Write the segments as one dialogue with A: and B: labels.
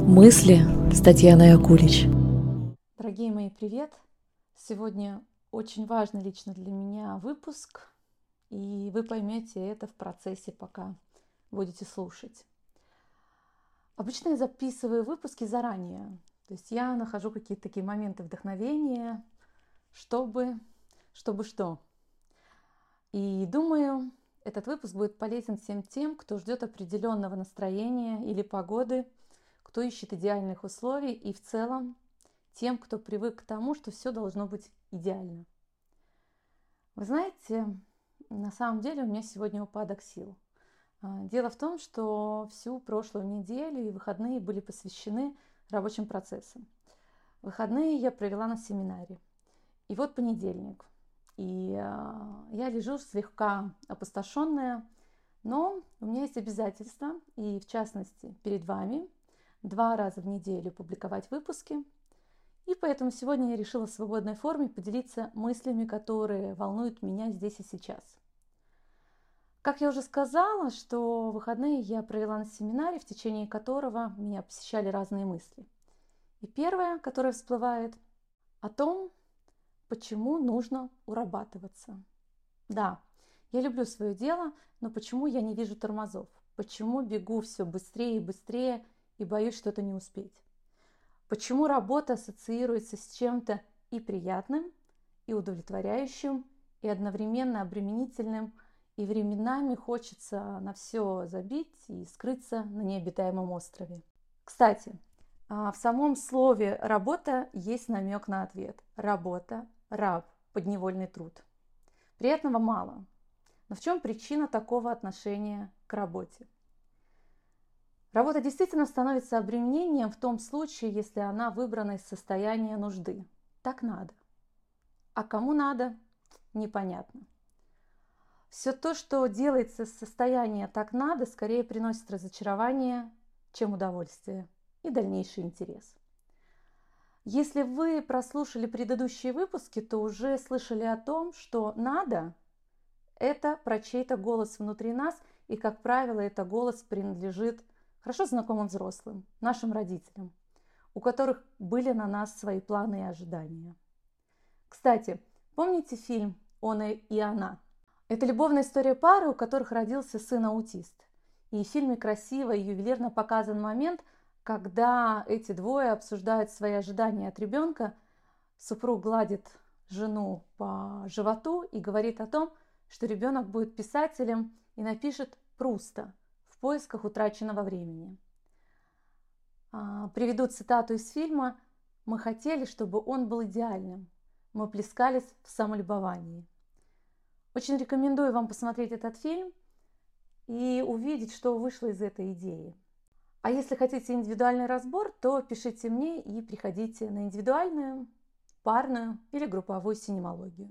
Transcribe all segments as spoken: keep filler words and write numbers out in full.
A: Мысли с Татьяной Акулич.
B: Дорогие мои, привет! Сегодня очень важный лично для меня выпуск, и вы поймете это в процессе, пока будете слушать. Обычно я записываю выпуски заранее, то есть я нахожу какие-то такие моменты вдохновения, чтобы, чтобы что. И думаю, этот выпуск будет полезен всем тем, кто ждет определенного настроения или погоды, кто ищет идеальных условий и в целом тем, кто привык к тому, что все должно быть идеально. Вы знаете, на самом деле у меня сегодня упадок сил. Дело в том, что всю прошлую неделю и выходные были посвящены рабочим процессам. Выходные я провела на семинаре. И вот понедельник. И я лежу слегка опустошенная, но у меня есть обязательства, и в частности перед вами два раза в неделю публиковать выпуски. И поэтому сегодня я решила в свободной форме поделиться мыслями, которые волнуют меня здесь и сейчас. Как я уже сказала, что выходные я провела на семинаре, в течение которого меня посещали разные мысли. И первое, которое всплывает, о том, почему нужно урабатываться. Да, я люблю свое дело, но почему я не вижу тормозов? Почему бегу все быстрее и быстрее и боюсь что-то не успеть? Почему работа ассоциируется с чем-то и приятным, и удовлетворяющим, и одновременно обременительным, и временами хочется на все забить и скрыться на необитаемом острове? Кстати, в самом слове «работа» есть намек на ответ. Работа, раб, подневольный труд. Приятного мало. Но в чем причина такого отношения к работе? Работа действительно становится обременением в том случае, если она выбрана из состояния нужды. Так надо. А кому надо, непонятно. Все то, что делается из состояния «так надо», скорее приносит разочарование, чем удовольствие и дальнейший интерес. Если вы прослушали предыдущие выпуски, то уже слышали о том, что «надо» – это про чей-то голос внутри нас, и, как правило, этот голос принадлежит хорошо знакомым взрослым, нашим родителям, у которых были на нас свои планы и ожидания. Кстати, помните фильм «Он и она»? Это любовная история пары, у которых родился сын-аутист. И в фильме красиво и ювелирно показан момент, когда эти двое обсуждают свои ожидания от ребенка. Супруг гладит жену по животу и говорит о том, что ребенок будет писателем и напишет Пруста в поисках утраченного времени. Приведу цитату из фильма: «Мы хотели, чтобы он был идеальным. Мы плескались в самолюбовании». Очень рекомендую вам посмотреть этот фильм и увидеть, что вышло из этой идеи. А если хотите индивидуальный разбор, то пишите мне и приходите на индивидуальную, парную или групповую синемологию.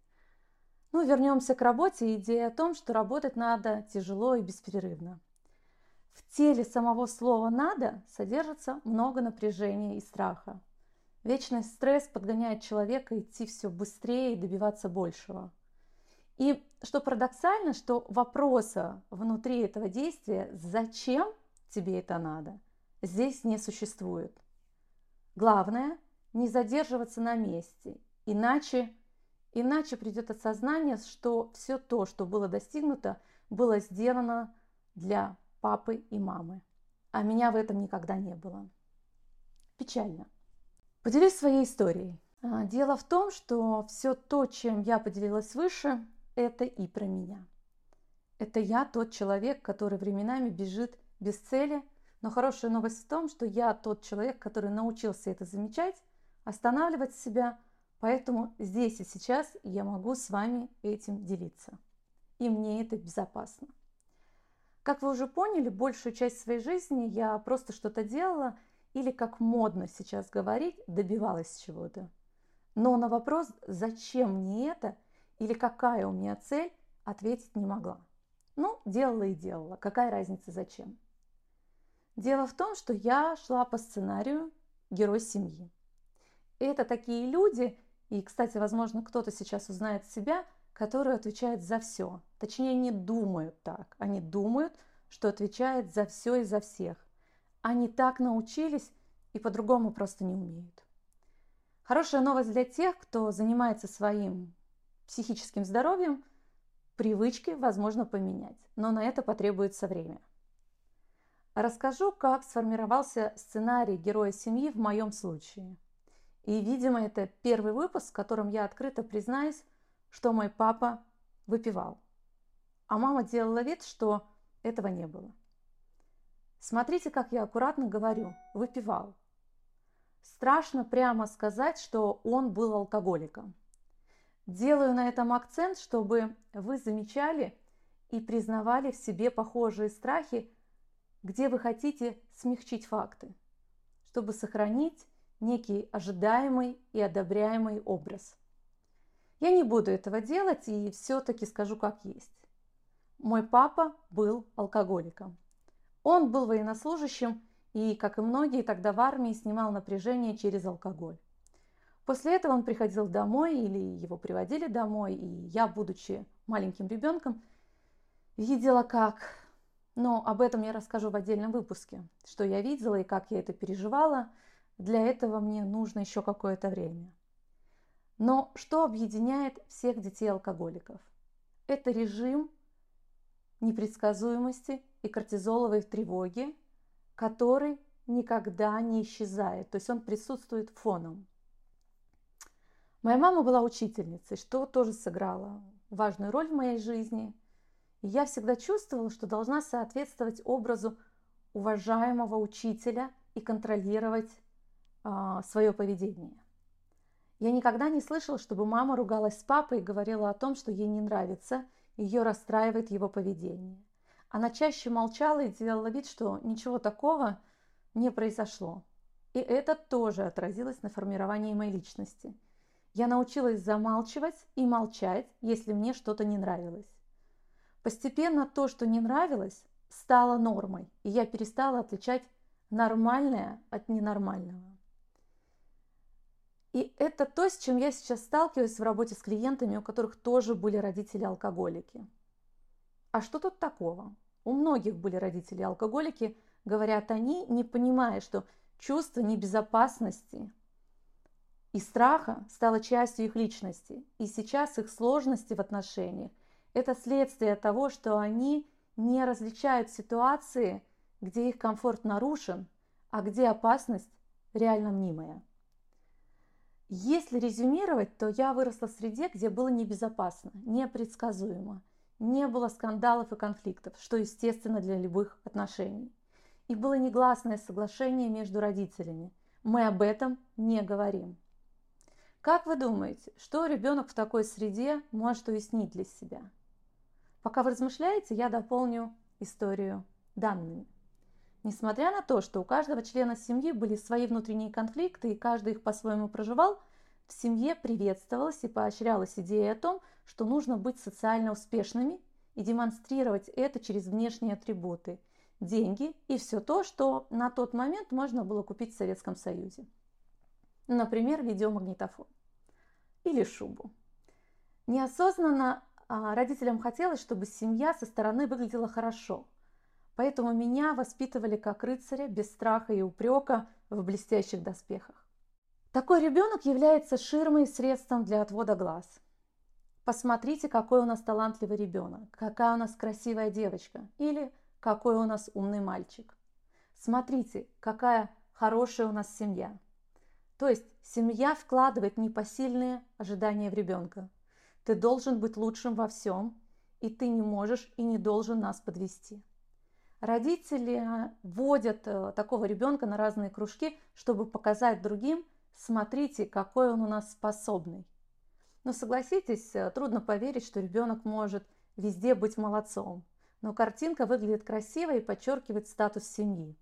B: Ну, вернемся к работе. Идея о том, что работать надо тяжело и беспрерывно. В теле самого слова «надо» содержится много напряжения и страха. Вечный стресс подгоняет человека идти все быстрее и добиваться большего. И что парадоксально, что вопроса внутри этого действия «зачем тебе это надо?» здесь не существует. Главное – не задерживаться на месте, иначе, иначе придет осознание, что все то, что было достигнуто, было сделано для папы и мамы, а меня в этом никогда не было. Печально. Поделюсь своей историей. Дело в том, что все то, чем я поделилась выше, это и про меня. Это я тот человек, который временами бежит без цели, но хорошая новость в том, что я тот человек, который научился это замечать, останавливать себя, поэтому здесь и сейчас я могу с вами этим делиться. И мне это безопасно. Как вы уже поняли, большую часть своей жизни я просто что-то делала или, как модно сейчас говорить, добивалась чего-то. Но на вопрос, зачем мне это или какая у меня цель, ответить не могла. Ну, делала и делала. Какая разница, зачем? Дело в том, что я шла по сценарию «Герой семьи». И это такие люди, и, кстати, возможно, кто-то сейчас узнает себя, которые отвечают за все. Точнее, не думают так. Они думают, что отвечают за все и за всех. они так научились и по-другому просто не умеют. Хорошая новость для тех, кто занимается своим психическим здоровьем, привычки возможно поменять, но на это потребуется время. Расскажу, как сформировался сценарий героя семьи в моем случае. И, видимо, это первый выпуск, в котором я открыто признаюсь, что мой папа выпивал, а мама делала вид, что этого не было. Смотрите, как я аккуратно говорю, выпивал. Страшно прямо сказать, что он был алкоголиком. Делаю на этом акцент, чтобы вы замечали и признавали в себе похожие страхи, где вы хотите смягчить факты, чтобы сохранить некий ожидаемый и одобряемый образ. Я не буду этого делать и все-таки скажу как есть. Мой папа был алкоголиком. Он был военнослужащим и, как и многие, тогда в армии снимал напряжение через алкоголь. После этого он приходил домой или его приводили домой, и я, будучи маленьким ребенком, видела как... Но об этом я расскажу в отдельном выпуске, что я видела и как я это переживала. Для этого мне нужно еще какое-то время. Но что объединяет всех детей-алкоголиков? Это режим непредсказуемости и кортизоловой тревоги, который никогда не исчезает, то есть он присутствует фоном. Моя мама была учительницей, что тоже сыграло важную роль в моей жизни. И я всегда чувствовала, что должна соответствовать образу уважаемого учителя и контролировать а, свое поведение. Я никогда не слышала, чтобы мама ругалась с папой и говорила о том, что ей не нравится, ее расстраивает его поведение. Она чаще молчала и делала вид, что ничего такого не произошло. И это тоже отразилось на формировании моей личности. Я научилась замалчивать и молчать, если мне что-то не нравилось. Постепенно то, что не нравилось, стало нормой, и я перестала отличать нормальное от ненормального. И это то, с чем я сейчас сталкиваюсь в работе с клиентами, у которых тоже были родители-алкоголики. А что тут такого? У многих были родители-алкоголики, говорят они, не понимая, что чувство небезопасности и страха стало частью их личности, и сейчас их сложности в отношениях – это следствие того, что они не различают ситуации, где их комфорт нарушен, а где опасность реально мнимая. Если резюмировать, то я выросла в среде, где было небезопасно, непредсказуемо, не было скандалов и конфликтов, что естественно для любых отношений. И было негласное соглашение между родителями. Мы об этом не говорим. Как вы думаете, что ребенок в такой среде может уяснить для себя? Пока вы размышляете, я дополню историю данными. Несмотря на то, что у каждого члена семьи были свои внутренние конфликты, и каждый их по-своему проживал, в семье приветствовалась и поощрялась идея о том, что нужно быть социально успешными и демонстрировать это через внешние атрибуты – деньги и все то, что на тот момент можно было купить в Советском Союзе. Например, видеомагнитофон или шубу. Неосознанно родителям хотелось, чтобы семья со стороны выглядела хорошо. Поэтому меня воспитывали как рыцаря, без страха и упрека, в блестящих доспехах. Такой ребенок является ширмой и средством для отвода глаз. Посмотрите, какой у нас талантливый ребенок, какая у нас красивая девочка или какой у нас умный мальчик. Смотрите, какая хорошая у нас семья. То есть семья вкладывает непосильные ожидания в ребенка. Ты должен быть лучшим во всем, и ты не можешь и не должен нас подвести. Родители вводят такого ребенка на разные кружки, чтобы показать другим, смотрите, какой он у нас способный. Но согласитесь, трудно поверить, что ребенок может везде быть молодцом. Но картинка выглядит красиво и подчеркивает статус семьи.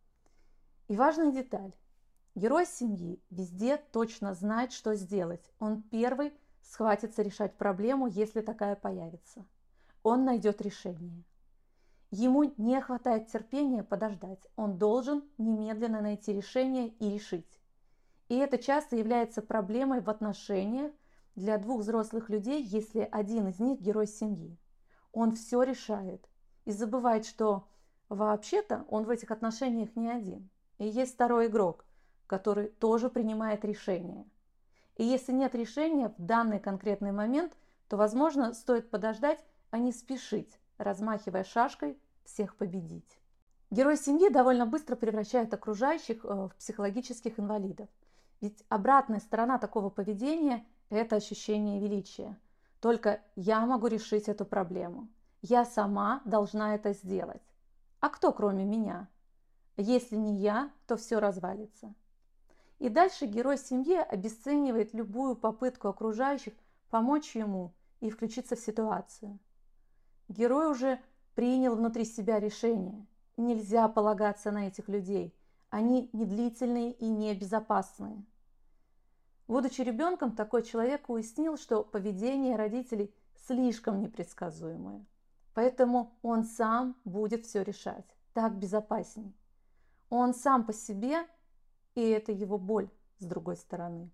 B: И важная деталь. Герой семьи везде точно знает, что сделать. Он первый схватится решать проблему, если такая появится. Он найдет решение. Ему не хватает терпения подождать. Он должен немедленно найти решение и решить. И это часто является проблемой в отношениях для двух взрослых людей, если один из них герой семьи. Он все решает и забывает, что Вообще-то он в этих отношениях не один. И есть второй игрок, который тоже принимает решение. И если нет решения в данный конкретный момент, то, возможно, стоит подождать, а не спешить, размахивая шашкой, всех победить. Герой семьи довольно быстро превращает окружающих в психологических инвалидов. Ведь обратная сторона такого поведения – это ощущение величия. Только я могу решить эту проблему. Я сама должна это сделать. А кто кроме меня? Если не я, то все развалится. И дальше герой семьи обесценивает любую попытку окружающих помочь ему и включиться в ситуацию. Герой уже принял внутри себя решение. Нельзя полагаться на этих людей. Они недлительные и небезопасные. Будучи ребенком, такой человек уяснил, что поведение родителей слишком непредсказуемое. Поэтому он сам будет все решать. Так безопасней. Он сам по себе, и это его боль с другой стороны.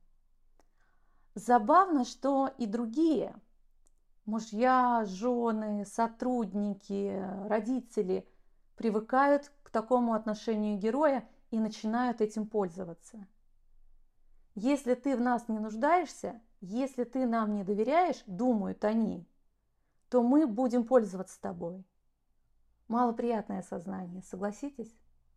B: Забавно, что и другие мужья, жены, сотрудники, родители привыкают к такому отношению героя и начинают этим пользоваться. Если ты в нас не нуждаешься, если ты нам не доверяешь, думают они, то мы будем пользоваться тобой. Малоприятное осознание, согласитесь?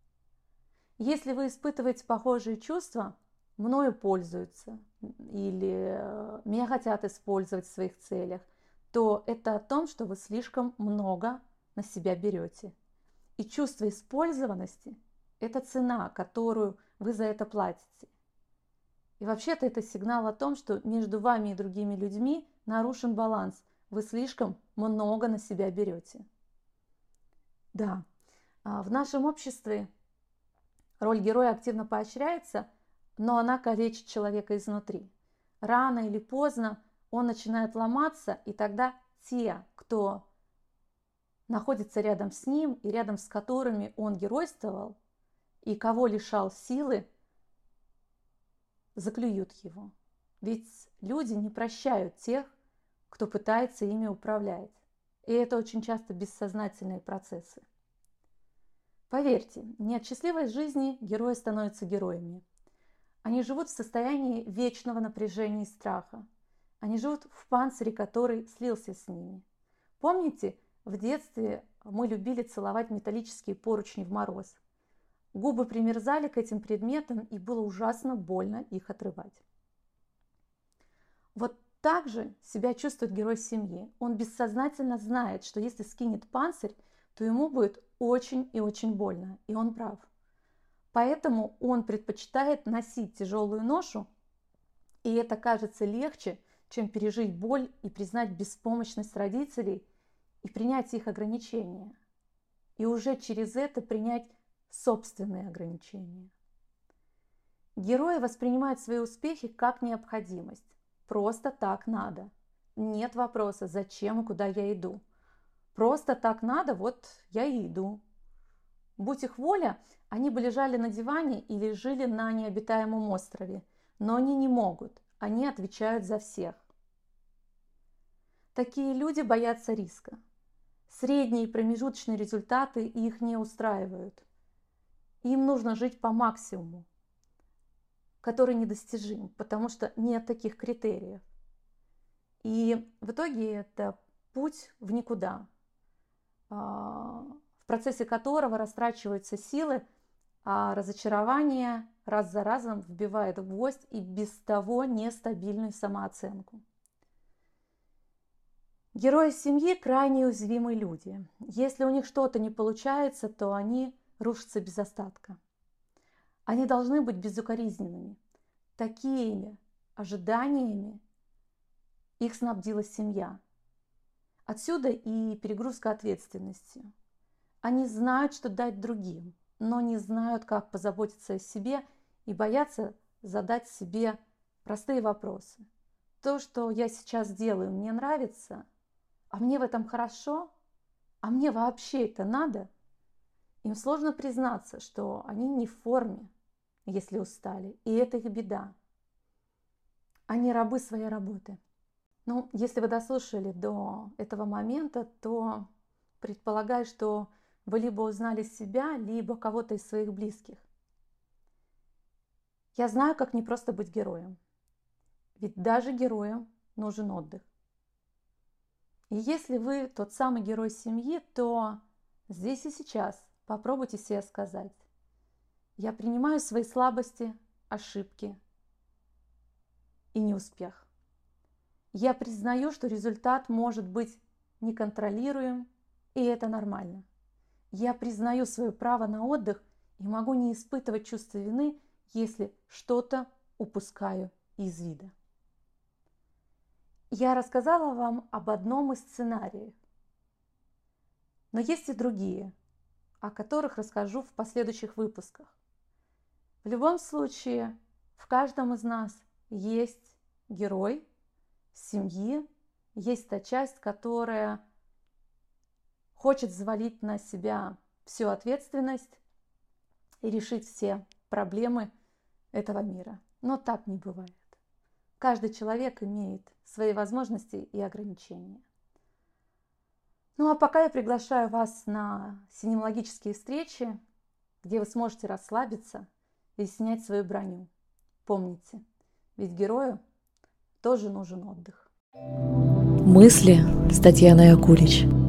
B: Если вы испытываете похожие чувства, мною пользуются или меня хотят использовать в своих целях, то это о том, что вы слишком много на себя берете. И чувство использованности – это цена, которую вы за это платите. И вообще-то это сигнал о том, что между вами и другими людьми нарушен баланс. Вы слишком много на себя берете. Да, в нашем обществе роль героя активно поощряется, но она калечит человека изнутри. Рано или поздно он начинает ломаться, и тогда те, кто находится рядом с ним и рядом с которыми он геройствовал, и кого лишал силы, заклюют его. Ведь люди не прощают тех, кто пытается ими управлять. И это очень часто бессознательные процессы. Поверьте, не от счастливой жизни герои становятся героями. Они живут в состоянии вечного напряжения и страха. Они живут в панцире, который слился с ними. Помните, в детстве мы любили целовать металлические поручни в мороз. Губы примерзали к этим предметам, и было ужасно больно их отрывать. Вот так же себя чувствует герой семьи. Он бессознательно знает, что если скинет панцирь, то ему будет очень и очень больно, и он прав. Поэтому он предпочитает носить тяжелую ношу, и это кажется легче, чем пережить боль и признать беспомощность родителей и принять их ограничения. И уже через это принять собственные ограничения. Герои воспринимают свои успехи как необходимость. Просто так надо. Нет вопроса, зачем и куда я иду. Просто так надо, вот я и иду. Будь их воля, они бы лежали на диване или жили на необитаемом острове. Но они не могут. Они отвечают за всех. Такие люди боятся риска. Средние и промежуточные результаты их не устраивают. Им нужно жить по максимуму, который недостижим, потому что нет таких критериев. И в итоге это путь в никуда, в процессе которого растрачиваются силы, а разочарование раз за разом вбивает в гвоздь и без того нестабильную самооценку. Герои семьи крайне уязвимые люди. Если у них что-то не получается, то они рушатся без остатка. Они должны быть безукоризненными. Такими ожиданиями их снабдила семья. Отсюда и перегрузка ответственностью. Они знают, что дать другим, но не знают, как позаботиться о себе и боятся задать себе простые вопросы. То, что я сейчас делаю, мне нравится, а мне в этом хорошо, а мне вообще это надо? Им сложно признаться, что они не в форме, если устали, и это их беда. Они рабы своей работы. Ну, если вы дослушали до этого момента, то предполагаю, что вы либо узнали себя, либо кого-то из своих близких. Я знаю, как непросто быть героем. Ведь даже героям нужен отдых. И если вы тот самый герой семьи, то здесь и сейчас попробуйте себе сказать: я принимаю свои слабости, ошибки и неуспех. Я признаю, что результат может быть неконтролируем, и это нормально. Я признаю свое право на отдых и могу не испытывать чувство вины, если что-то упускаю из вида. Я рассказала вам об одном из сценариев, но есть и другие, о которых расскажу в последующих выпусках. В любом случае, в каждом из нас есть герой семьи, есть та часть, которая хочет взвалить на себя всю ответственность и решить все проблемы этого мира. Но так не бывает. Каждый человек имеет свои возможности и ограничения. Ну а пока я приглашаю вас на синемологические встречи, где вы сможете расслабиться и снять свою броню. Помните, ведь герою тоже нужен отдых.
A: Мысли с Татьяной Акулич.